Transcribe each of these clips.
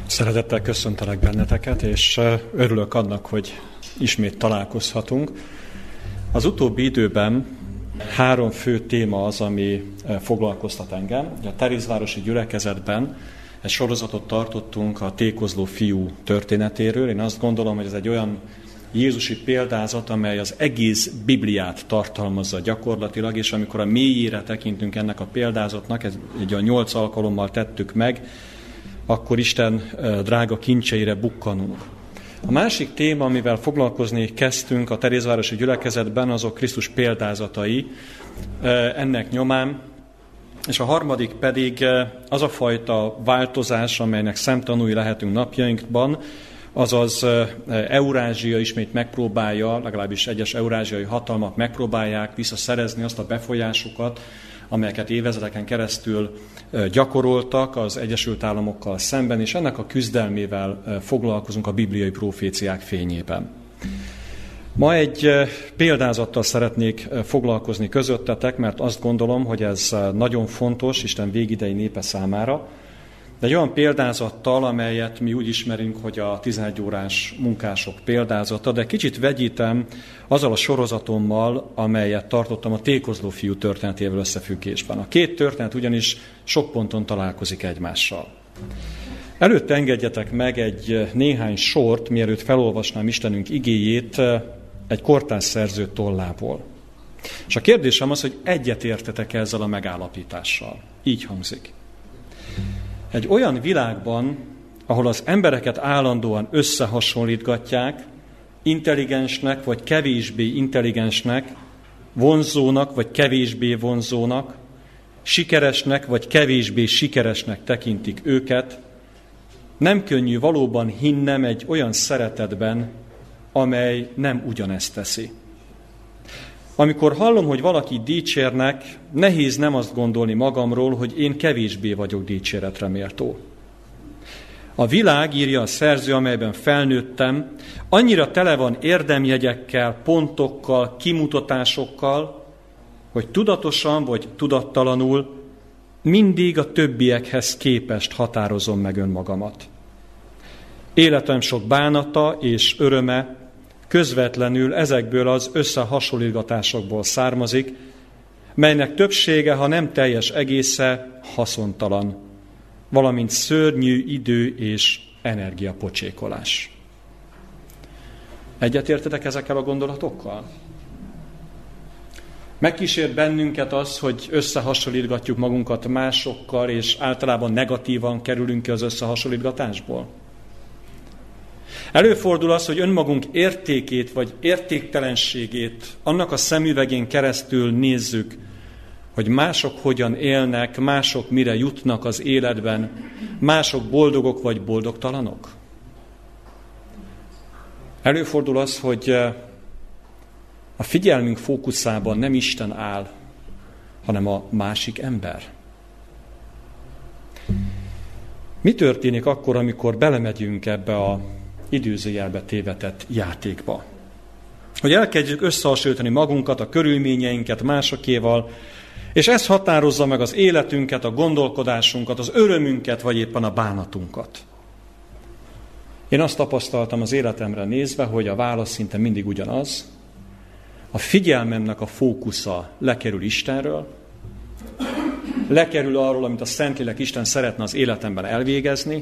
Szeretettel köszöntelek benneteket, és örülök annak, hogy ismét találkozhatunk. Az utóbbi időben 3 fő téma az, ami foglalkoztat engem. A Terézvárosi gyülekezetben egy sorozatot tartottunk a tékozló fiú történetéről. Én azt gondolom, hogy ez egy olyan jézusi példázat, amely az egész Bibliát tartalmazza gyakorlatilag, és amikor a mélyére tekintünk ennek a példázatnak, egy a 8 alkalommal tettük meg, akkor Isten drága kincseire bukkanunk. A másik téma, amivel foglalkozni kezdtünk a Terézvárosi gyülekezetben, azok Krisztus példázatai ennek nyomán, és a harmadik pedig az a fajta változás, amelynek szemtanúi lehetünk napjainkban, azaz Eurázsia ismét megpróbálja, legalábbis egyes eurázsiai hatalmak megpróbálják visszaszerezni azt a befolyásukat, amelyeket évezredeken keresztül gyakoroltak az Egyesült Államokkal szemben, és ennek a küzdelmével foglalkozunk a bibliai proféciák fényében. Ma egy példázattal szeretnék foglalkozni közöttetek, mert azt gondolom, hogy ez nagyon fontos Isten végidei népe számára, de egy olyan példázattal, amelyet mi úgy ismerünk, hogy a 11 órás munkások példázata, de kicsit vegyítem azzal a sorozatommal, amelyet tartottam a tékozló fiú történetével összefüggésben. A 2 történet ugyanis sok ponton találkozik egymással. Előtte engedjetek meg egy néhány sort, mielőtt felolvasnám Istenünk igéjét egy kortárs szerző tollából. És a kérdésem az, hogy egyetértetek ezzel a megállapítással. Így hangzik. Egy olyan világban, ahol az embereket állandóan összehasonlítgatják, intelligensnek vagy kevésbé intelligensnek, vonzónak vagy kevésbé vonzónak, sikeresnek vagy kevésbé sikeresnek tekintik őket, nem könnyű valóban hinnem egy olyan szeretetben, amely nem ugyanezt teszi. Amikor hallom, hogy valaki dicsérnek, nehéz nem azt gondolni magamról, hogy én kevésbé vagyok dicséretre méltó. A világ, írja a szerző, amelyben felnőttem, annyira tele van érdemjegyekkel, pontokkal, kimutatásokkal, hogy tudatosan vagy tudattalanul mindig a többiekhez képest határozom meg önmagamat. Életem sok bánata és öröme közvetlenül ezekből az összehasonlítgatásokból származik, melynek többsége, ha nem teljes egésze, haszontalan, valamint szörnyű idő és energiapocsékolás. Egyetértetek ezekkel a gondolatokkal? Megkísért bennünket az, hogy összehasonlítgatjuk magunkat másokkal, és általában negatívan kerülünk ki az összehasonlítgatásból? Előfordul az, hogy önmagunk értékét vagy értéktelenségét annak a szemüvegén keresztül nézzük, hogy mások hogyan élnek, mások mire jutnak az életben, mások boldogok vagy boldogtalanok. Előfordul az, hogy a figyelmünk fókuszában nem Isten áll, hanem a másik ember. Mi történik akkor, amikor belemegyünk ebbe a időzőjelbe tévetett játékba? Hogy elkezdjük összehasonlítani magunkat, a körülményeinket másokéval, és ez határozza meg az életünket, a gondolkodásunkat, az örömünket, vagy éppen a bánatunkat. Én azt tapasztaltam az életemre nézve, hogy a válasz szinte mindig ugyanaz. A figyelmemnek a fókusza lekerül Istenről, lekerül arról, amit a Szentlélek Isten szeretne az életemben elvégezni,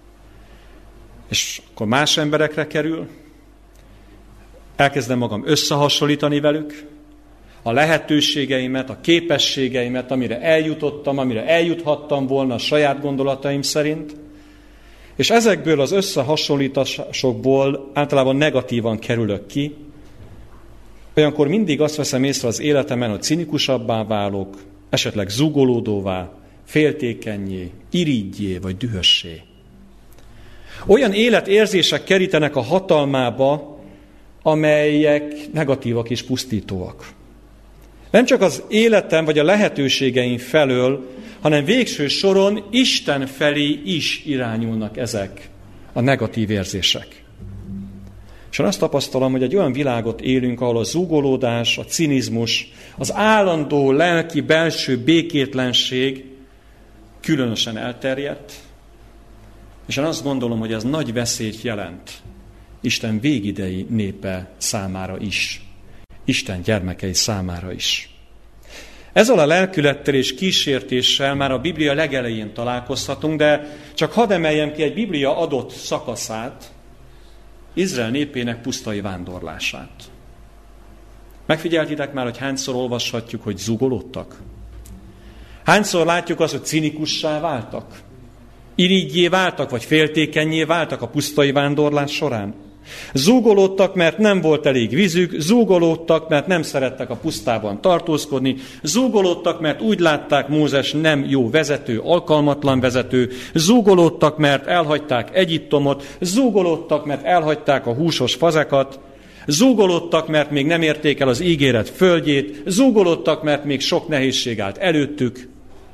és akkor más emberekre kerül, elkezdem magam összehasonlítani velük, a lehetőségeimet, a képességeimet, amire eljutottam, amire eljuthattam volna a saját gondolataim szerint, és ezekből az összehasonlításokból általában negatívan kerülök ki, olyankor mindig azt veszem észre az életemen, hogy cinikusabbá válok, esetleg zúgolódóvá, féltékennyé, irigyé vagy dühössé. Olyan életérzések kerítenek a hatalmába, amelyek negatívak és pusztítóak. Nem csak az életem vagy a lehetőségeim felől, hanem végső soron Isten felé is irányulnak ezek a negatív érzések. És én azt tapasztalom, hogy egy olyan világot élünk, ahol a zúgolódás, a cinizmus, az állandó lelki belső békétlenség különösen elterjedt, És én azt gondolom, hogy ez nagy veszélyt jelent Isten végidei népe számára is. Isten gyermekei számára is. Ezzel a lelkülettel és kísértéssel már a Biblia legelején találkozhatunk, de csak hadd emeljem ki egy Biblia adott szakaszát, Izrael népének pusztai vándorlását. Megfigyeltitek már, hogy hányszor olvashatjuk, hogy zúgolódtak? Hányszor látjuk azt, hogy cinikussá váltak? Irigyé váltak, vagy féltékennyé váltak a pusztai vándorlás során? Zúgolódtak, mert nem volt elég vízük, zúgolódtak, mert nem szerettek a pusztában tartózkodni, zúgolódtak, mert úgy látták, Mózes nem jó vezető, alkalmatlan vezető, zúgolódtak, mert elhagyták Egyiptomot, zúgolódtak, mert elhagyták a húsos fazekat, zúgolódtak, mert még nem érték el az ígéret földjét, zúgolódtak, mert még sok nehézség állt előttük.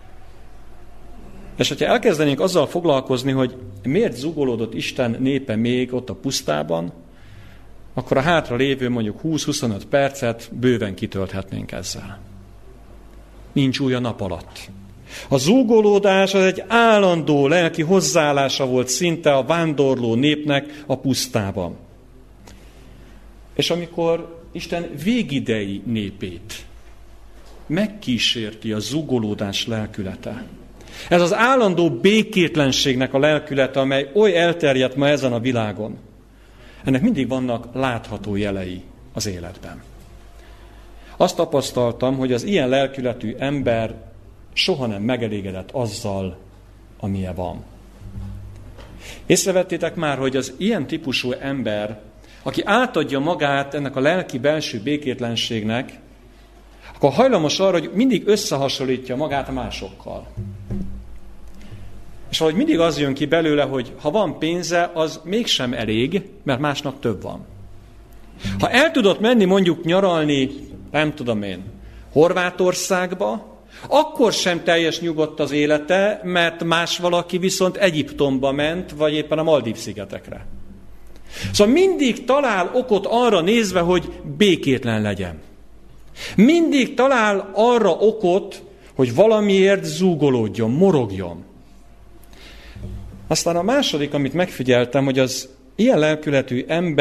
És hogyha elkezdenénk azzal foglalkozni, hogy miért zúgolódott Isten népe még ott a pusztában, akkor a hátra lévő mondjuk 20-25 percet bőven kitölthetnénk ezzel. Nincs új a nap alatt. A zúgolódás az egy állandó lelki hozzáállása volt szinte a vándorló népnek a pusztában. És amikor Isten végidei népét megkísérti a zúgolódás lelkülete, ez az állandó békétlenségnek a lelkülete, amely oly elterjedt ma ezen a világon, ennek mindig vannak látható jelei az életben. Azt tapasztaltam, hogy az ilyen lelkületű ember soha nem megelégedett azzal, amilyen van. Észrevettétek már, hogy az ilyen típusú ember, aki átadja magát ennek a lelki belső békétlenségnek, akkor hajlamos arra, hogy mindig összehasonlítja magát másokkal. És valahogy mindig az jön ki belőle, hogy ha van pénze, az mégsem elég, mert másnak több van. Ha el tudott menni mondjuk nyaralni, nem tudom én, Horvátországba, akkor sem teljes nyugodt az élete, mert más valaki viszont Egyiptomba ment, vagy éppen a Maldív-szigetekre. Szóval mindig talál okot arra nézve, hogy békétlen legyen. Mindig talál arra okot, hogy valamiért zúgolódjon, morogjon. Aztán a második, amit megfigyeltem, hogy az ilyen lelkületű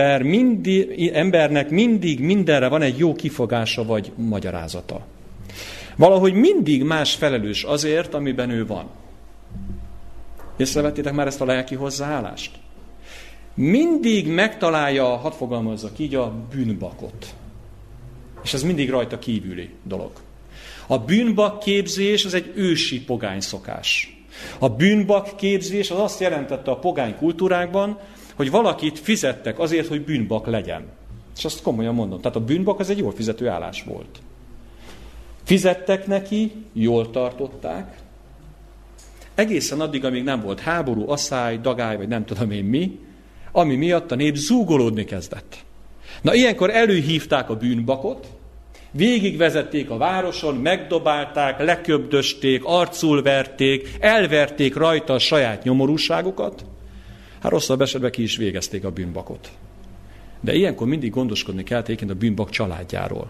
embernek mindig mindenre van egy jó kifogása vagy magyarázata. Valahogy mindig más felelős azért, amiben ő van. Észrevettétek már ezt a lelki hozzáállást? Mindig megtalálja, hadd fogalmazzak így, a bűnbakot. És ez mindig rajta kívüli dolog. A bűnbak képzés az egy ősi pogány szokás. A bűnbak képzés az azt jelentette a pogány kultúrákban, hogy valakit fizettek azért, hogy bűnbak legyen. És azt komolyan mondom. Tehát a bűnbak az egy jól fizető állás volt. Fizettek neki, jól tartották. Egészen addig, amíg nem volt háború, asszály, dagály, vagy nem tudom én mi, ami miatt a nép zúgolódni kezdett. Na, ilyenkor előhívták a bűnbakot, végigvezették a városon, megdobálták, leköbdösték, arcul verték, elverték rajta a saját nyomorúságukat. Hát rosszabb esetben ki is végezték a bűnbakot. De ilyenkor mindig gondoskodni kell a bűnbak családjáról.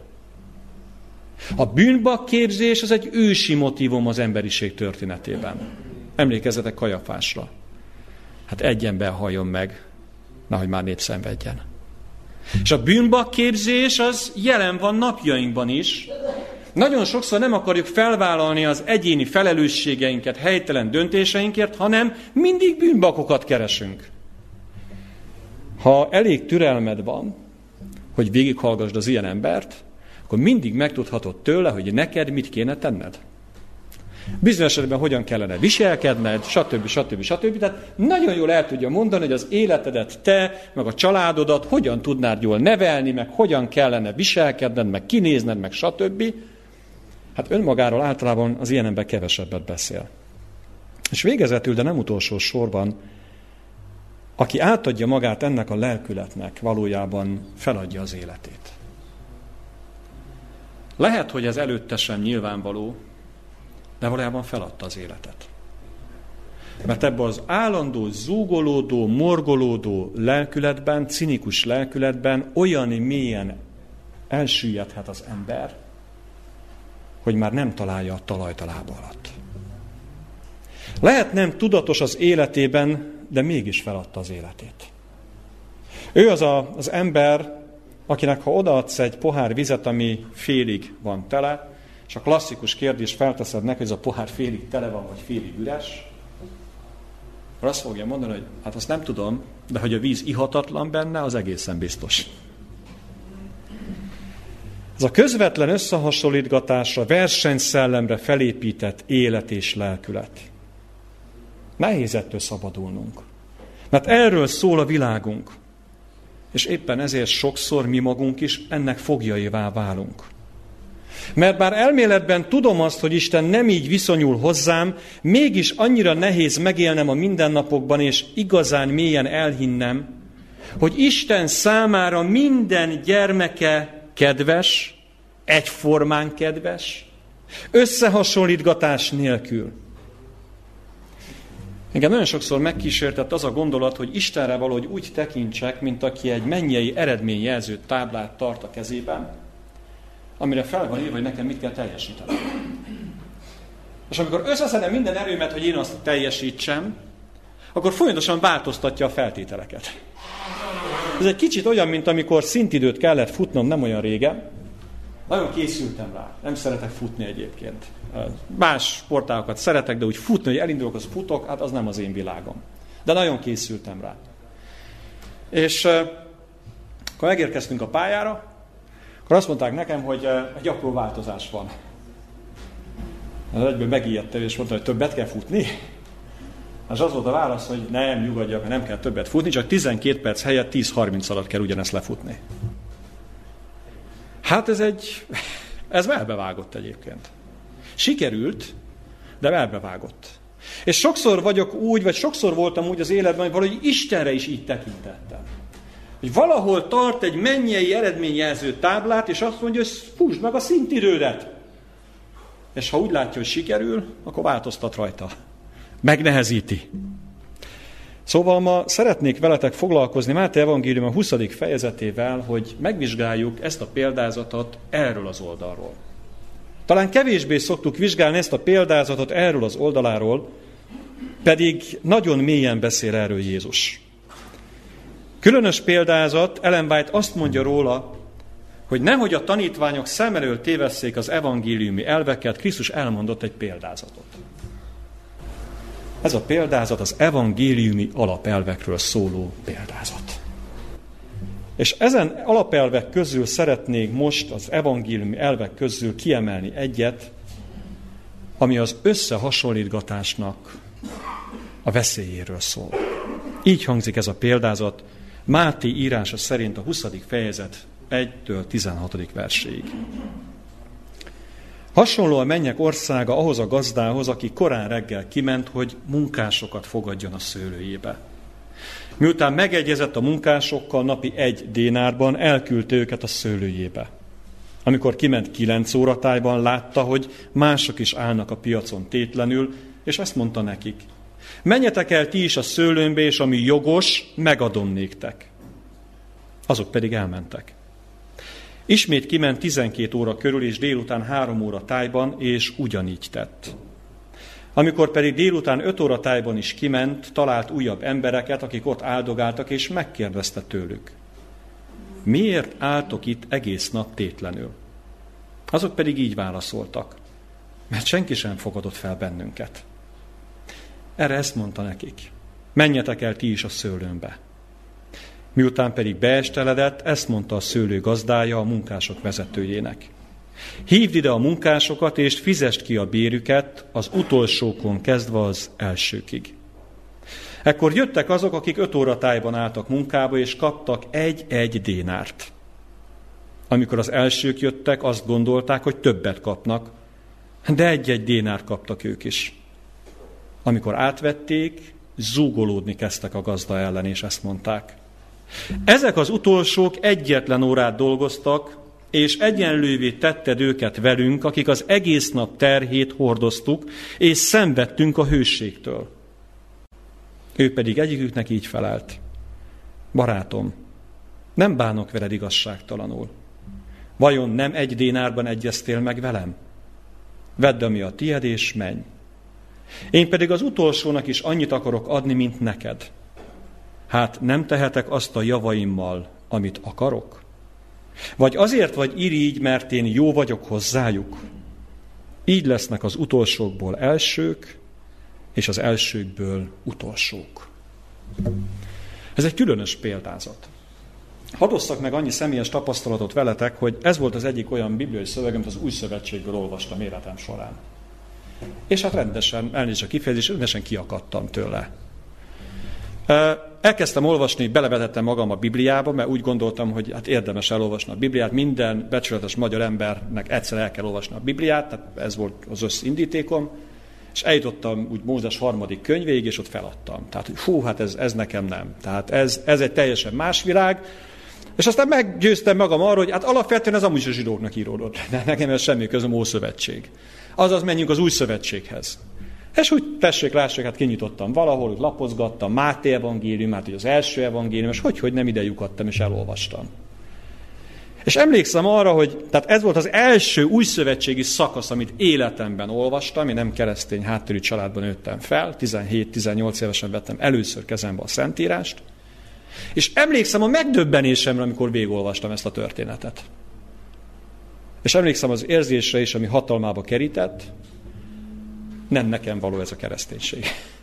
A bűnbak képzés az egy ősi motívum az emberiség történetében. Emlékezzetek Kajafásra. Hát egy ember halljon meg, nehogy már nép szenvedjen. És a bűnbak képzés az jelen van napjainkban is. Nagyon sokszor nem akarjuk felvállalni az egyéni felelősségeinket, helytelen döntéseinkért, hanem mindig bűnbakokat keresünk. Ha elég türelmed van, hogy végighallgasd az ilyen embert, akkor mindig megtudhatod tőle, hogy neked mit kéne tenned. Bizonyos esetben hogyan kellene viselkedned, stb. Tehát nagyon jól el tudja mondani, hogy az életedet te, meg a családodat hogyan tudnád jól nevelni, meg hogyan kellene viselkedned, meg kinézned, meg stb. Hát önmagáról általában az ilyen ember kevesebbet beszél. És végezetül, de nem utolsó sorban, aki átadja magát ennek a lelkületnek, valójában feladja az életét. Lehet, hogy ez előtte sem nyilvánvaló, de valójában feladta az életet. Mert ebben az állandó, zúgolódó, morgolódó lelkületben, cinikus lelkületben olyan mélyen elsüllyedhet az ember, hogy már nem találja a talajt a lába alatt. Lehet nem tudatos az életében, de mégis feladta az életét. Ő az ember, akinek ha odaadsz egy pohár vizet, ami félig van tele, és a klasszikus kérdés felteszed neki, hogy ez a pohár félig tele van, vagy félig üres, akkor azt fogja mondani, hogy hát azt nem tudom, de hogy a víz ihatatlan benne, az egészen biztos. Ez a közvetlen összehasonlítgatásra, versenyszellemre felépített élet és lelkület. Nehéz ettől szabadulnunk. Mert erről szól a világunk. És éppen ezért sokszor mi magunk is ennek foglyaivá válunk. Mert bár elméletben tudom azt, hogy Isten nem így viszonyul hozzám, mégis annyira nehéz megélnem a mindennapokban, és igazán mélyen elhinnem, hogy Isten számára minden gyermeke kedves, egyformán kedves, összehasonlítgatás nélkül. Engem nagyon sokszor megkísértett az a gondolat, hogy Istenre valahogy úgy tekintsek, mint aki egy mennyei eredményjelző táblát tart a kezében, amire fel van írva, hogy nekem mit kell teljesítenem. És amikor összeszedem minden erőmet, hogy én azt teljesítsem, akkor folyamatosan változtatja a feltételeket. Ez egy kicsit olyan, mint amikor szintidőt kellett futnom nem olyan régen. Nagyon készültem rá. Nem szeretek futni egyébként. Más sportágokat szeretek, de úgy futni, hogy elindulok, az futok, hát az nem az én világom. De nagyon készültem rá. És akkor megérkeztünk a pályára, akkor azt mondták nekem, hogy egy apró változás van. Egyből megijedtem, és mondtam, hogy többet kell futni. És az volt a válasz, hogy nem, nyugodjak, nem kell többet futni, csak 12 perc helyett 10-30 alatt kell ugyanezt lefutni. Hát ez elbevágott egyébként. Sikerült, de elbevágott. És sokszor vagyok úgy, vagy sokszor voltam úgy az életben, hogy valahogy Istenre is így tekintettem. Hogy valahol tart egy mennyei eredményjelző táblát, és azt mondja, hogy fussd meg a szintidődet. És ha úgy látja, hogy sikerül, akkor változtat rajta. Megnehezíti. Szóval ma szeretnék veletek foglalkozni Máté evangélium a 20. fejezetével, hogy megvizsgáljuk ezt a példázatot erről az oldalról. Talán kevésbé szoktuk vizsgálni ezt a példázatot erről az oldaláról, pedig nagyon mélyen beszél erről Jézus. Különös példázat, Ellen White azt mondja róla, hogy nehogy a tanítványok szem elől tévesszék az evangéliumi elveket, Krisztus elmondott egy példázatot. Ez a példázat az evangéliumi alapelvekről szóló példázat. És ezen alapelvek közül szeretnék most az evangéliumi elvek közül kiemelni egyet, ami az összehasonlítgatásnak a veszélyéről szól. Így hangzik ez a példázat Máté írása szerint a 20. fejezet 1-től 16. verséig. Hasonló a mennyek országa ahhoz a gazdához, aki korán reggel kiment, hogy munkásokat fogadjon a szőlőjébe. Miután megegyezett a munkásokkal napi 1 dénárban, elküldte őket a szőlőjébe. Amikor kiment 9 óratájban, látta, hogy mások is állnak a piacon tétlenül, és ezt mondta nekik: menjetek el ti is a szőlőmbe, és ami jogos, megadom néktek. Azok pedig elmentek. Ismét kiment 12 óra körül, és délután 3 óra tájban, és ugyanígy tett. Amikor pedig délután 5 óra tájban is kiment, talált újabb embereket, akik ott áldogáltak, és megkérdezte tőlük: miért álltok itt egész nap tétlenül? Azok pedig így válaszoltak: mert senki sem fogadott fel bennünket. Erre ezt mondta nekik: menjetek el ti is a szőlőmbe. Miután pedig beesteledett, ezt mondta a szőlő gazdája a munkások vezetőjének: hívd ide a munkásokat, és fizesd ki a bérüket, az utolsókon kezdve az elsőkig. Ekkor jöttek azok, akik 5 óra tájban álltak munkába, és kaptak 1 dénárt. Amikor az elsők jöttek, azt gondolták, hogy többet kapnak, de 1 dénárt kaptak ők is. Amikor átvették, zúgolódni kezdtek a gazda ellen, és ezt mondták: ezek az utolsók egyetlen órát dolgoztak, és egyenlővé tetted őket velünk, akik az egész nap terhét hordoztuk, és szenvedtünk a hőségtől. Ő pedig egyiküknek így felelt: barátom, nem bánok veled igazságtalanul. Vajon nem 1 dénárban egyeztél meg velem? Vedd, ami a tied, és menj. Én pedig az utolsónak is annyit akarok adni, mint neked. Hát nem tehetek azt a javaimmal, amit akarok? Vagy azért vagy irigy, mert én jó vagyok hozzájuk? Így lesznek az utolsókból elsők, és az elsőkből utolsók. Ez egy különös példázat. Hadd osszak meg annyi személyes tapasztalatot veletek, hogy ez volt az egyik olyan bibliai szöveg, amit az Új Szövetségből olvastam életem során. És hát rendesen, elnézést a kifejezés, rendesen kiakadtam tőle. Elkezdtem olvasni, belevetettem magam a Bibliába, mert úgy gondoltam, hogy hát érdemes elolvasni a Bibliát. Minden becsületes magyar embernek egyszer el kell olvasni a Bibliát, tehát ez volt az összindítékom. És eljutottam úgy Mózes 3. könyvéig, és ott feladtam. Tehát, hogy hát ez nekem nem. Tehát ez egy teljesen más világ. És aztán meggyőztem magam arról, hogy hát alapvetően ez amúgy a zsidóknak íródott. De nekem ez semmi közöm Ószövetség. Azaz menjünk az Új Szövetséghez. És úgy tessék, lássék, hát kinyitottam valahol, úgy lapozgattam, Máté evangéliumát, az első evangélium, és hogy nem ide lyukadtam, és elolvastam. És emlékszem arra, hogy tehát ez volt az első újszövetségi szakasz, amit életemben olvastam, én nem keresztény háttérű családban nőttem fel, 17-18 évesen vettem először kezembe a Szentírást, és emlékszem a megdöbbenésemre, amikor végigolvastam ezt a történetet. És emlékszem az érzésre is, ami hatalmába kerített, nem nekem való ez a kereszténység.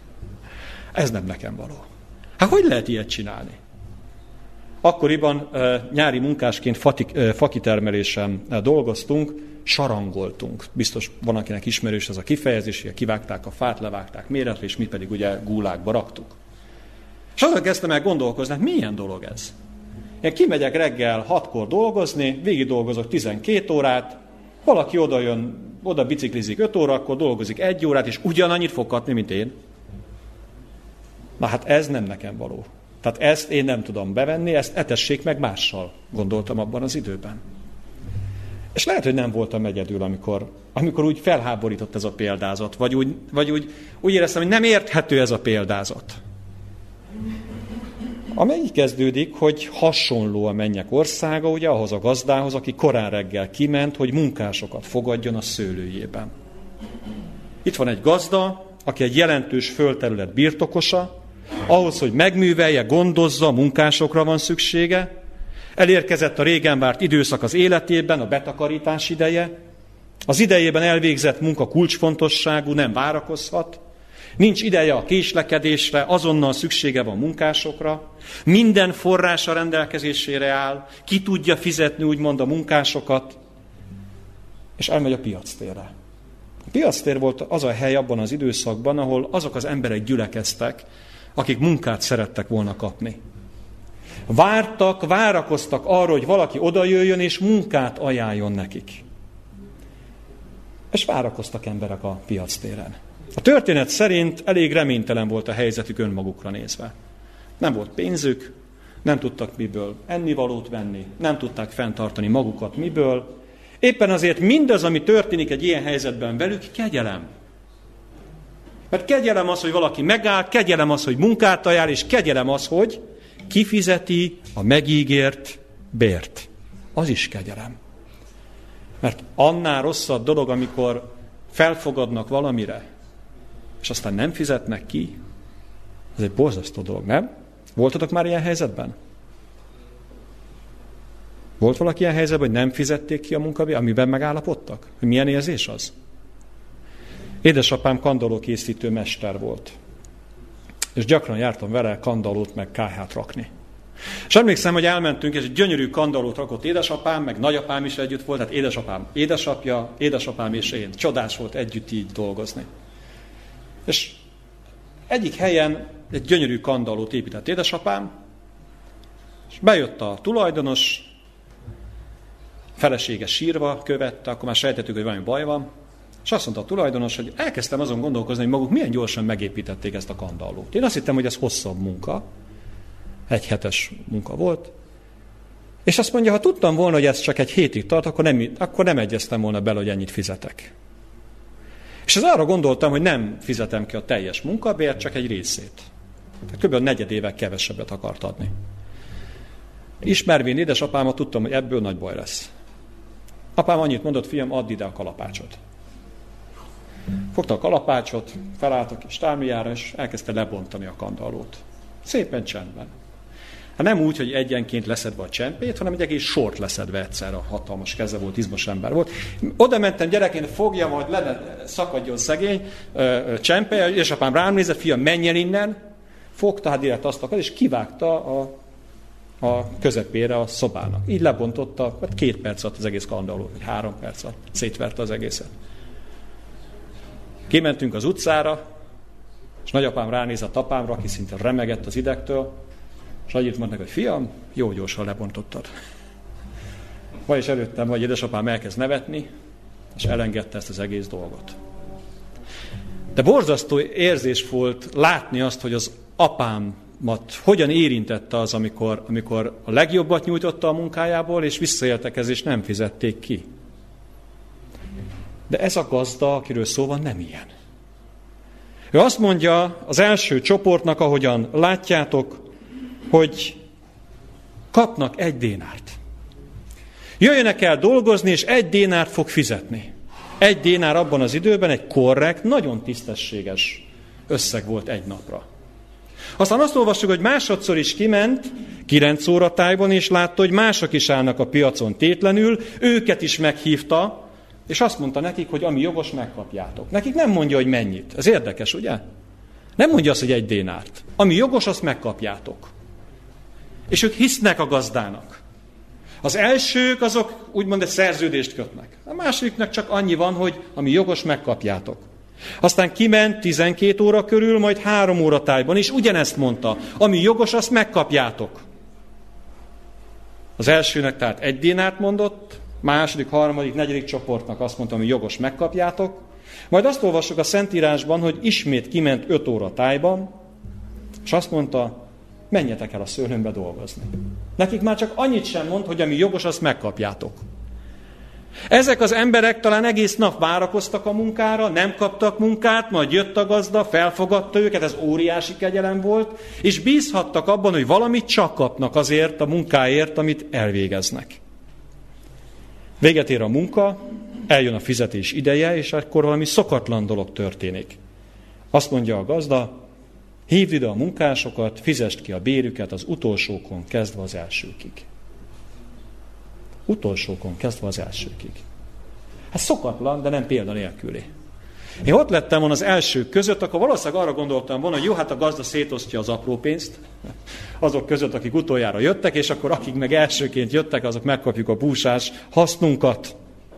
Ez nem nekem való. Hát hogy lehet ilyet csinálni? Akkoriban nyári munkásként fakitermelésen dolgoztunk, sarangoltunk. Biztos van, akinek ismerős ez a kifejezés, hogy kivágták a fát, levágták méretre, és mi pedig ugye gúlákba raktuk. És azon kezdtem el gondolkozni, hát milyen dolog ez? Én kimegyek reggel 6-kor dolgozni, végig dolgozok 12 órát, valaki oda biciklizik 5 óra, akkor dolgozik 1 órát, és ugyanannyit fog kapni, mint én. Na hát ez nem nekem való. Tehát ezt én nem tudom bevenni, ezt etessék meg mással, gondoltam abban az időben. És lehet, hogy nem voltam egyedül, amikor úgy felháborított ez a példázat, vagy úgy éreztem, hogy nem érthető ez a példázat. Amely így kezdődik, hogy hasonló a mennyek országa, ugye ahhoz a gazdához, aki korán reggel kiment, hogy munkásokat fogadjon a szőlőjében. Itt van egy gazda, aki egy jelentős földterület birtokosa, ahhoz, hogy megművelje, gondozza, munkásokra van szüksége. Elérkezett a régen várt időszak az életében, a betakarítás ideje. Az idejében elvégzett munka kulcsfontosságú, nem várakozhat. Nincs ideje a késlekedésre, azonnal szüksége van munkásokra. Minden forrása rendelkezésére áll, ki tudja fizetni úgymond a munkásokat, és elmegy a piactérre. A piactér volt az a hely abban az időszakban, ahol azok az emberek gyülekeztek, akik munkát szerettek volna kapni. Várakoztak arra, hogy valaki odajöjjön és munkát ajánljon nekik. És várakoztak emberek a piactéren. A történet szerint elég reménytelen volt a helyzetük önmagukra nézve. Nem volt pénzük, nem tudtak miből ennivalót venni, nem tudták fenntartani magukat miből. Éppen azért mindaz, ami történik egy ilyen helyzetben velük, kegyelem. Mert kegyelem az, hogy valaki megáll, kegyelem az, hogy munkát ajánl, és kegyelem az, hogy kifizeti a megígért bért. Az is kegyelem. Mert annál rosszabb dolog, amikor felfogadnak valamire, és aztán nem fizetnek ki, ez egy borzasztó dolog, nem? Voltatok már ilyen helyzetben? Volt valaki ilyen helyzetben, hogy nem fizették ki a munkabért, amiben megállapodtak? Hogy milyen érzés az? Édesapám kandallókészítő mester volt. És gyakran jártam vele kandallót meg kályhát rakni. És emlékszem, hogy elmentünk, és egy gyönyörű kandallót rakott édesapám, meg nagyapám is együtt volt, tehát édesapám édesapja, édesapám és én. Csodás volt együtt így dolgozni. És egyik helyen egy gyönyörű kandallót épített édesapám, és bejött a tulajdonos, felesége sírva követte, akkor már sejtettük, hogy valami baj van, és azt mondta a tulajdonos, hogy elkezdtem azon gondolkozni, hogy maguk milyen gyorsan megépítették ezt a kandallót. Én azt hittem, hogy ez hosszabb munka, 1 hetes munka volt, és azt mondja, ha tudtam volna, hogy ez csak 1 hétig tart, akkor nem egyeztem volna bele, hogy ennyit fizetek. És az arra gondoltam, hogy nem fizetem ki a teljes munkabért, csak egy részét. Tehát kb. 4 éve kevesebbet akart adni. Ismervén édesapámat, tudtam, hogy ebből nagy baj lesz. Apám annyit mondott, fiam, add ide a kalapácsot. Fogta a kalapácsot, felállt a kis tálmijára, és elkezdte lebontani a kandallót. Szépen csendben. Hát nem úgy, hogy egyenként leszedve a csempét, hanem egy egész sort leszedve egyszerre, a hatalmas keze volt, izmos ember volt. Oda mentem gyerekként, fogja, majd szakadjon szegény csempe, édesapám rám nézett, fiam, menj el innen, fogta, hát direkt azt akar, és kivágta a közepére a szobának. Így lebontotta, 2 perc alatt az egész kandallót, vagy 3 perc alatt szétverte az egészet. Kimentünk az utcára, és nagyapám ránézett apámra, aki szinte remegett az idegtől, és annyit mondta, hogy fiam, jó gyorsan lebontottad. Vagyis előttem, vagy édesapám elkezd nevetni, és elengedte ezt az egész dolgot. De borzasztó érzés volt látni azt, hogy az apámat hogyan érintette az, amikor a legjobbat nyújtotta a munkájából, és visszaéltek ez, és nem fizették ki. De ez a gazda, akiről szó van, nem ilyen. Ő azt mondja az első csoportnak, ahogyan látjátok, hogy kapnak 1 dénárt. Jöjjenek el dolgozni, és 1 dénárt fog fizetni. 1 dénár abban az időben egy korrekt, nagyon tisztességes összeg volt egy napra. Aztán azt olvassuk, hogy másodszor is kiment, 9 óra tájban, és látta, hogy mások is állnak a piacon tétlenül, őket is meghívta, és azt mondta nekik, hogy ami jogos, megkapjátok. Nekik nem mondja, hogy mennyit. Ez érdekes, ugye? Nem mondja azt, hogy 1 dénárt. Ami jogos, azt megkapjátok. És ők hisznek a gazdának. Az elsők, azok úgymond egy szerződést kötnek. A másodiknak csak annyi van, hogy ami jogos, megkapjátok. Aztán kiment 12 óra körül, majd 3 óra tájban, és ugyanezt mondta. Ami jogos, azt megkapjátok. Az elsőnek tehát 1 dénárt mondott, második, harmadik, negyedik csoportnak azt mondta, ami jogos, megkapjátok. Majd azt olvassuk a Szentírásban, hogy ismét kiment 5 óra tájban, és azt mondta, menjetek el a szőlőmbe dolgozni. Nekik már csak annyit sem mond, hogy ami jogos, azt megkapjátok. Ezek az emberek talán egész nap várakoztak a munkára, nem kaptak munkát, majd jött a gazda, felfogadta őket, ez óriási kegyelem volt, és bízhattak abban, hogy valamit csak kapnak azért a munkáért, amit elvégeznek. Véget ér a munka, eljön a fizetés ideje, és akkor valami szokatlan dolog történik. Azt mondja a gazda, hívd ide a munkásokat, fizesd ki a bérüket az utolsókon kezdve az elsőkig. Utolsókon kezdve az elsőkig. Hát szokatlan, de nem példanélküli. Én ott lettem volna az elsők között, akkor valószínűleg arra gondoltam volna, hogy jó, hát a gazda szétosztja az apró pénzt, azok között, akik utoljára jöttek, és akkor akik meg elsőként jöttek, azok megkapjuk a búsás hasznunkat.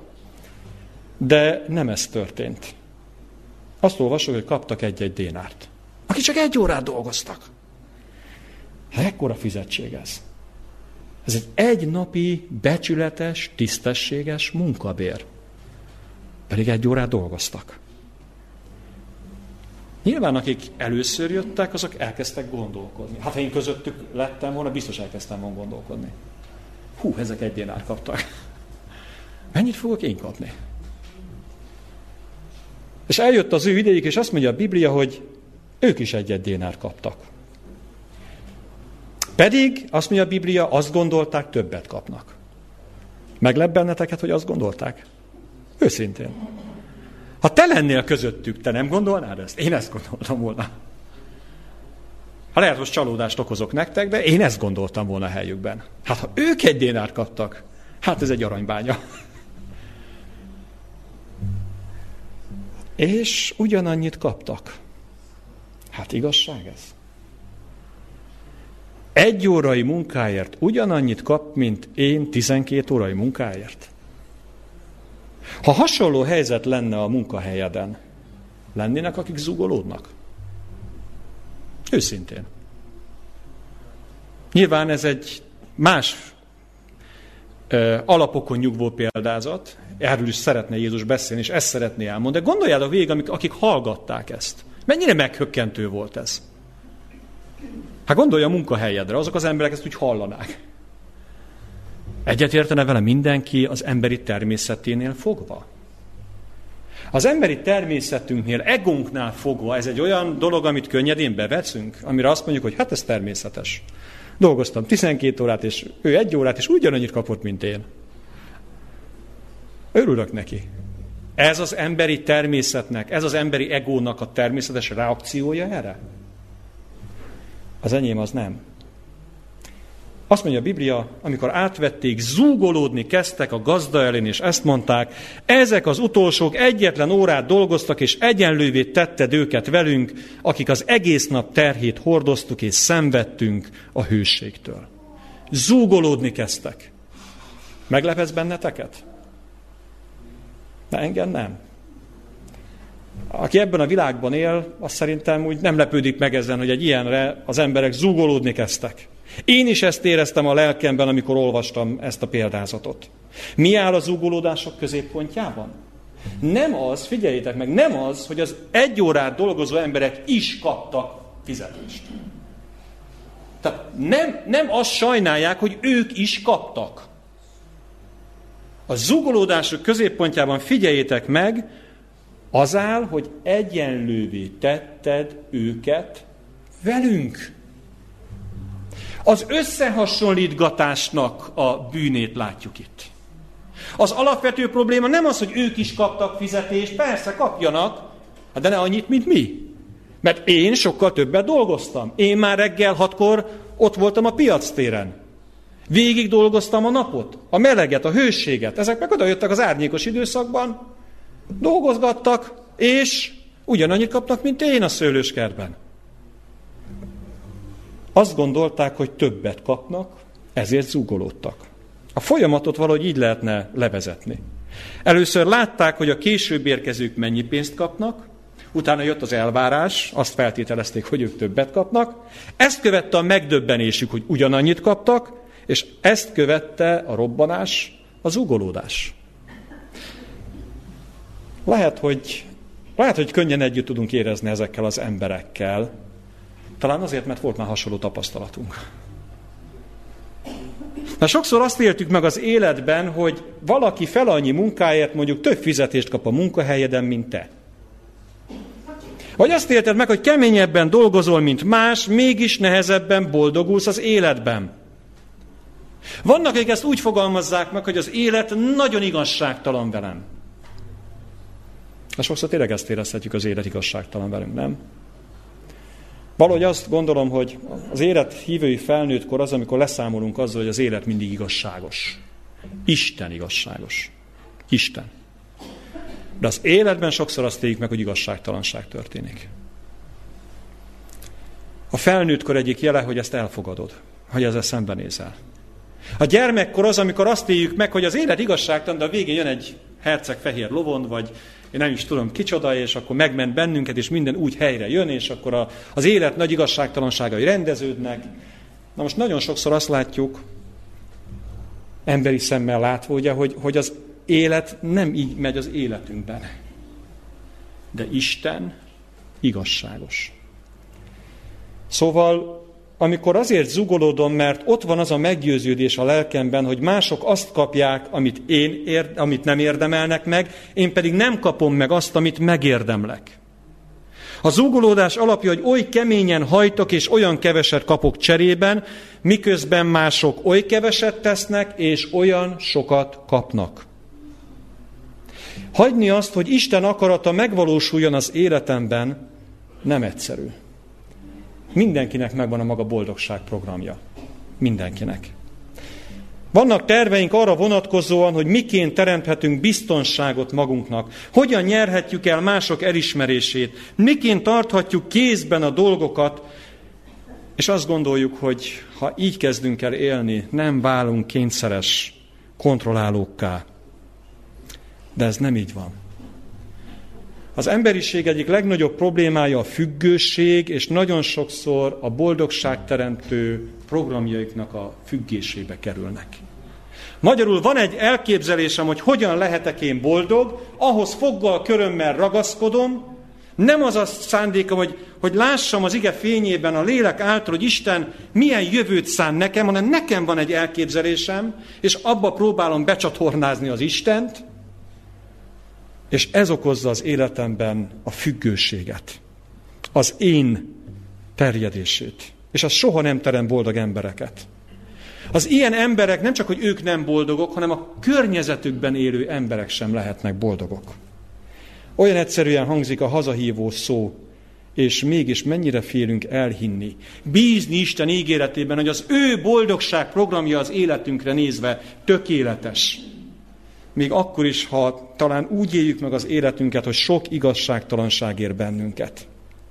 De nem ez történt. Azt olvasok, hogy kaptak 1 dénárt. Akik csak 1 órát dolgoztak. Hát ekkora fizetség ez. Ez egy egynapi, becsületes, tisztességes munkabér. Pedig 1 órát dolgoztak. Nyilván, akik először jöttek, azok elkezdtek gondolkodni. Hát ha én közöttük lettem volna, biztos elkezdtem volna gondolkodni. Hú, ezek 1 dénárt kaptak. Mennyit fogok én kapni? És eljött az ő idejük, és azt mondja a Biblia, hogy ők is 1 dénárt kaptak. Pedig, azt mondja a Biblia, azt gondolták, többet kapnak. Meglep benneteket, hogy azt gondolták? Őszintén. Ha te lennél közöttük, te nem gondolnád ezt? Én ezt gondoltam volna. Ha lehet, most csalódást okozok nektek, de én ezt gondoltam volna a helyükben. Hát ha ők 1 dénárt kaptak, hát ez egy aranybánya. És ugyanannyit kaptak. Hát igazság ez? 1 órai munkáért ugyanannyit kap, mint én 12 órai munkáért? Ha hasonló helyzet lenne a munkahelyeden, lennének, akik zugolódnak? Őszintén. Nyilván ez egy más alapokon nyugvó példázat, erről is szeretne Jézus beszélni, és ezt szeretné elmondani. De gondoljátok végig, akik hallgatták ezt. Mennyire meghökkentő volt ez? Hát gondolj a munkahelyedre, azok az emberek ezt úgy hallanák. Egyet értene vele mindenki az emberi természeténél fogva? Az emberi természetünknél, egónknál fogva, ez egy olyan dolog, amit könnyedén bevetszünk, amire azt mondjuk, hogy hát ez természetes. Dolgoztam 12 órát, és ő 1 órát, és ugyanannyit kapott, mint én. Örülök neki. Ez az emberi természetnek, ez az emberi egónak a természetes reakciója erre? Az enyém az nem. Azt mondja a Biblia, amikor átvették, zúgolódni kezdtek a gazda ellen, és ezt mondták, ezek az utolsók egyetlen órát dolgoztak, és egyenlővé tetted őket velünk, akik az egész nap terhét hordoztuk, és szenvedtünk a hőségtől. Zúgolódni kezdtek. Meglepesz benneteket? De engem nem. Aki ebben a világban él, azt szerintem úgy nem lepődik meg ezen, hogy egy ilyenre az emberek zúgolódni kezdtek. Én is ezt éreztem a lelkemben, amikor olvastam ezt a példázatot. Mi áll a zúgolódások középpontjában? Nem az, figyeljétek meg, nem az, hogy az 1 órát dolgozó emberek is kaptak fizetést. Tehát nem azt sajnálják, hogy ők is kaptak. A zúgolódások középpontjában figyeljétek meg, az áll, hogy egyenlővé tetted őket velünk. Az összehasonlítgatásnak a bűnét látjuk itt. Az alapvető probléma nem az, hogy ők is kaptak fizetést, persze kapjanak, de ne annyit, mint mi. Mert én sokkal többet dolgoztam. Én már reggel 6-kor ott voltam a piactéren. Végig dolgoztam a napot, a meleget, a hőséget. Ezek meg oda jöttek az árnyékos időszakban, dolgozgattak, és ugyanannyit kaptak, mint én a szőlőskertben. Azt gondolták, hogy többet kapnak, ezért zúgolódtak. A folyamatot valahogy így lehetne levezetni. Először látták, hogy a később érkezők mennyi pénzt kapnak, utána jött az elvárás, azt feltételezték, hogy ők többet kapnak, ezt követte a megdöbbenésük, hogy ugyanannyit kaptak, és ezt követte a robbanás, a zúgolódás. Lehet, hogy könnyen együtt tudunk érezni ezekkel az emberekkel, talán azért, mert volt már hasonló tapasztalatunk. Na, sokszor azt éltük meg az életben, hogy valaki fel annyi munkáért mondjuk több fizetést kap a munkahelyeden, mint te. Vagy azt élted meg, hogy keményebben dolgozol, mint más, mégis nehezebben boldogulsz az életben. Vannak, akik ezt úgy fogalmazzák meg, hogy az élet nagyon igazságtalan velem. Na, sokszor tényleg ezt érezhetjük, az élet igazságtalan velünk, nem? Valahogy azt gondolom, hogy az élet hívői felnőttkor az, amikor leszámolunk azzal, hogy az élet mindig igazságos. Isten igazságos. Isten. De az életben sokszor azt éljük meg, hogy igazságtalanság történik. A felnőttkor egyik jele, hogy ezt elfogadod, hogy ezzel szembenézel. A gyermekkor az, amikor azt éljük meg, hogy az élet igazságtalan, de a végén jön egy herceg fehér lovon, vagy én nem is tudom kicsoda, és akkor megment bennünket, és minden úgy helyre jön, és akkor az élet nagy igazságtalanságai rendeződnek. Na most nagyon sokszor azt látjuk, emberi szemmel látva, ugye, hogy az élet nem így megy az életünkben. De Isten igazságos. Szóval, amikor azért zugolódom, mert ott van az a meggyőződés a lelkemben, hogy mások azt kapják, amit nem érdemelnek meg, én pedig nem kapom meg azt, amit megérdemlek. A zúgolódás alapja, hogy oly keményen hajtok, és olyan keveset kapok cserében, miközben mások oly keveset tesznek, és olyan sokat kapnak. Hagyni azt, hogy Isten akarata megvalósuljon az életemben, nem egyszerű. Mindenkinek megvan a maga boldogság programja. Mindenkinek. Vannak terveink arra vonatkozóan, hogy miként teremthetünk biztonságot magunknak, hogyan nyerhetjük el mások elismerését, miként tarthatjuk kézben a dolgokat, és azt gondoljuk, hogy ha így kezdünk el élni, nem válunk kényszeres kontrollálókká. De ez nem így van. Az emberiség egyik legnagyobb problémája a függőség, és nagyon sokszor a boldogságteremtő programjaiknak a függésébe kerülnek. Magyarul van egy elképzelésem, hogy hogyan lehetek én boldog, ahhoz foggal, körömmel ragaszkodom, nem az a szándékom, hogy lássam az ige fényében a lélek által, hogy Isten milyen jövőt szán nekem, hanem nekem van egy elképzelésem, és abba próbálom becsatornázni az Istent, és ez okozza az életemben a függőséget, az én terjedését. És az soha nem terem boldog embereket. Az ilyen emberek nem csak, hogy ők nem boldogok, hanem a környezetükben élő emberek sem lehetnek boldogok. Olyan egyszerűen hangzik a hazahívó szó, és mégis mennyire félünk elhinni. Bízni Isten ígéretében, hogy az ő boldogság programja az életünkre nézve tökéletes. Még akkor is, ha talán úgy éljük meg az életünket, hogy sok igazságtalanság ér bennünket.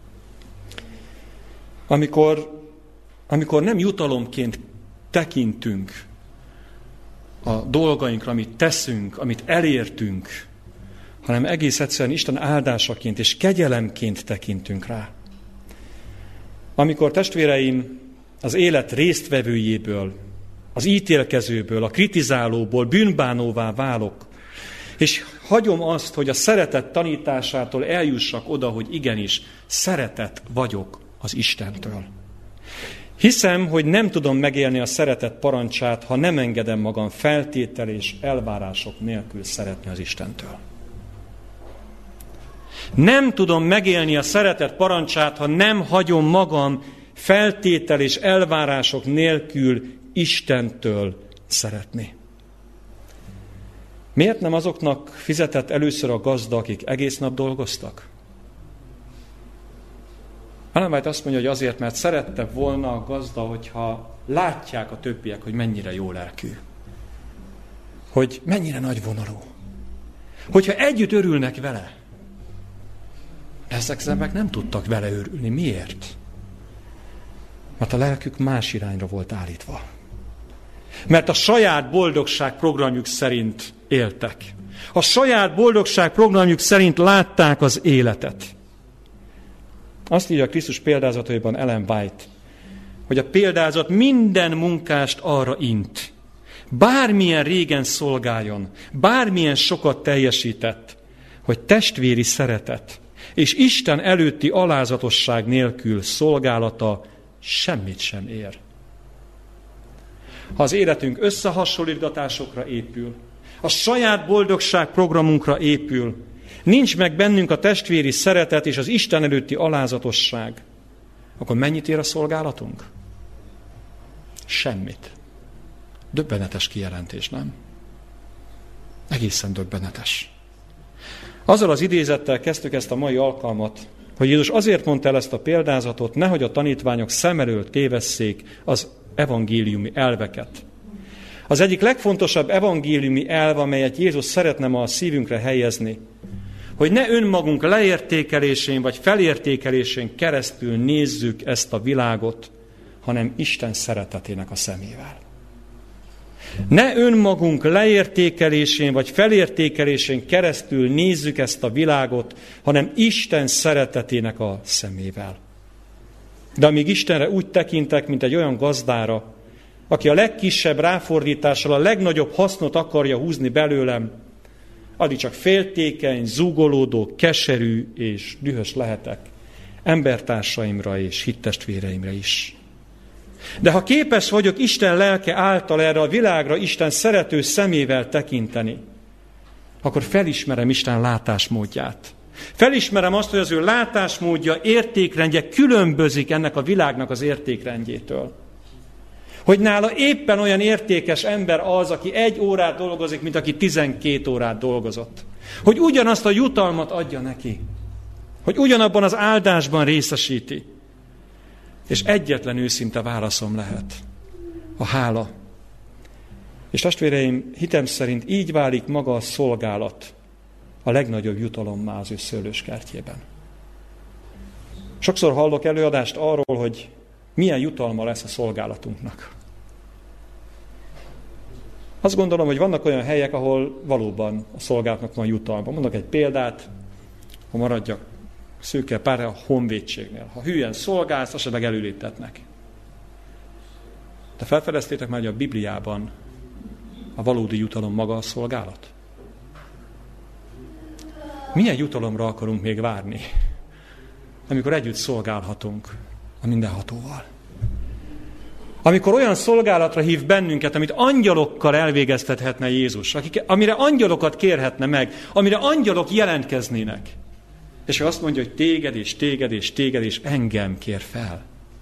Amikor nem jutalomként tekintünk a dolgainkra, amit teszünk, amit elértünk, hanem egész egyszerűen Isten áldásaként és kegyelemként tekintünk rá. Amikor, testvéreim, az élet résztvevőjéből, az ítélkezőből, a kritizálóból bűnbánóvá válok, és hagyom azt, hogy a szeretet tanításától eljussak oda, hogy igenis, szeretet vagyok az Istentől. Hiszem, hogy nem tudom megélni a szeretet parancsát, ha nem engedem magam feltétel és elvárások nélkül szeretni az Istentől. Nem tudom megélni a szeretet parancsát, ha nem hagyom magam feltétel és elvárások nélkül Istentől szeretni. Miért nem azoknak fizetett először a gazda, akik egész nap dolgoztak? Hanem majd azt mondja, hogy azért, mert szerette volna a gazda, hogyha látják a többiek, hogy mennyire jó lelkű. Hogy mennyire nagyvonalú. Hogyha együtt örülnek vele. Ezek az emberek nem tudtak vele örülni. Miért? Mert a lelkük más irányra volt állítva. Mert a saját boldogság programjuk szerint éltek. A saját boldogság programjuk szerint látták az életet. Azt írja Krisztus példázataiban Ellen White, hogy a példázat minden munkást arra int. Bármilyen régen szolgáljon, bármilyen sokat teljesített, hogy testvéri szeretet és Isten előtti alázatosság nélkül szolgálata semmit sem ér. Ha az életünk összehasonlítgatásokra épül, a saját boldogság programunkra épül, nincs meg bennünk a testvéri szeretet és az Isten előtti alázatosság, akkor mennyit ér a szolgálatunk? Semmit. Döbbenetes kijelentés, nem? Egészen döbbenetes. Azzal az idézettel kezdtük ezt a mai alkalmat, hogy Jézus azért mondta el ezt a példázatot, nehogy a tanítványok szem elől tévesszék az evangéliumi elveket. Az egyik legfontosabb evangéliumi elv, amelyet Jézus szeretne ma a szívünkre helyezni, hogy ne önmagunk leértékelésén vagy felértékelésén keresztül nézzük ezt a világot, hanem Isten szeretetének a szemével. Ne önmagunk leértékelésén vagy felértékelésén keresztül nézzük ezt a világot, hanem Isten szeretetének a szemével. De amíg Istenre úgy tekintek, mint egy olyan gazdára, aki a legkisebb ráfordítással a legnagyobb hasznot akarja húzni belőlem, addig csak féltékeny, zúgolódó, keserű és dühös lehetek embertársaimra és hittestvéreimre is. De ha képes vagyok Isten lelke által erre a világra Isten szerető szemével tekinteni, akkor felismerem Isten látásmódját. Felismerem azt, hogy az ő látásmódja, értékrendje különbözik ennek a világnak az értékrendjétől. Hogy nála éppen olyan értékes ember az, aki 1 órát dolgozik, mint aki 12 órát dolgozott. Hogy ugyanazt a jutalmat adja neki. Hogy ugyanabban az áldásban részesíti. És egyetlen őszinte válaszom lehet. A hála. És testvéreim, hitem szerint így válik maga a szolgálat a legnagyobb jutalommá az ő szőlőskertjében. Sokszor hallok előadást arról, hogy milyen jutalma lesz a szolgálatunknak. Azt gondolom, hogy vannak olyan helyek, ahol valóban a szolgálatnak van jutalma. Mondok egy példát, ha maradjak szűkkel párra, a honvédségnél. Ha hülyen szolgálsz, esetleg előléptetnek. De felfedeztétek már, hogy a Bibliában a valódi jutalom maga a szolgálat? Milyen jutalomra akarunk még várni, amikor együtt szolgálhatunk a mindenhatóval? Amikor olyan szolgálatra hív bennünket, amit angyalokkal elvégeztethetne Jézus, amire angyalokat kérhetne meg, amire angyalok jelentkeznének. És ő azt mondja, hogy téged és téged és téged és engem kér fel.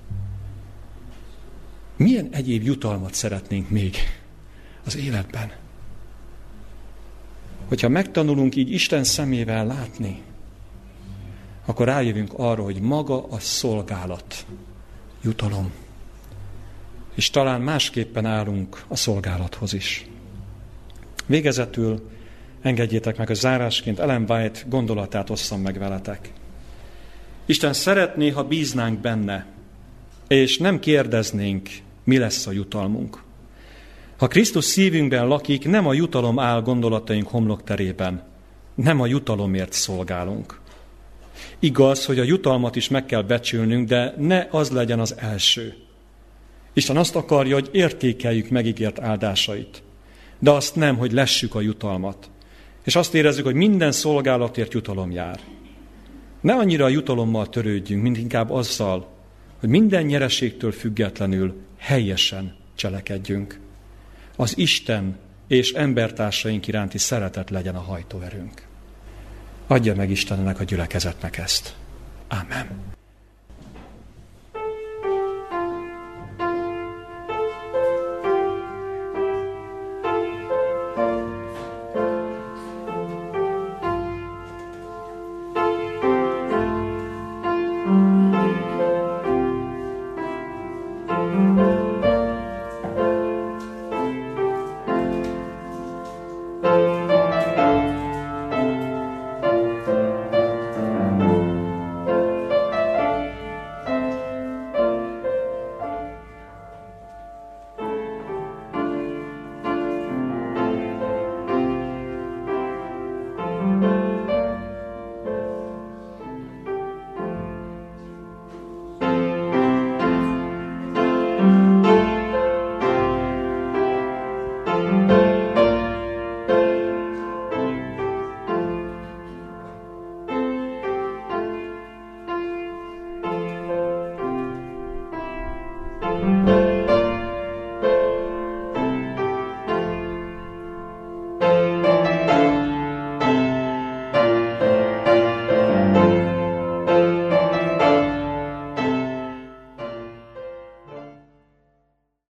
Milyen egyéb jutalmat szeretnénk még az életben? Hogyha megtanulunk így Isten szemével látni, akkor rájövünk arra, hogy maga a szolgálat jutalom. És talán másképpen állunk a szolgálathoz is. Végezetül engedjétek meg, hogy zárásként Ellen White gondolatát osszam meg veletek. Isten szeretné, ha bíznánk benne, és nem kérdeznénk, mi lesz a jutalmunk. Ha Krisztus szívünkben lakik, nem a jutalom áll gondolataink homlokterében, nem a jutalomért szolgálunk. Igaz, hogy a jutalmat is meg kell becsülnünk, de ne az legyen az első. Isten azt akarja, hogy értékeljük megígért áldásait, de azt nem, hogy lessük a jutalmat. És azt érezzük, hogy minden szolgálatért jutalom jár. Ne annyira a jutalommal törődjünk, mint inkább azzal, hogy minden nyereségtől függetlenül helyesen cselekedjünk. Az Isten és embertársaink iránti szeretet legyen a hajtóerőnk. Adja meg Istennek a gyülekezetnek ezt. Ámen.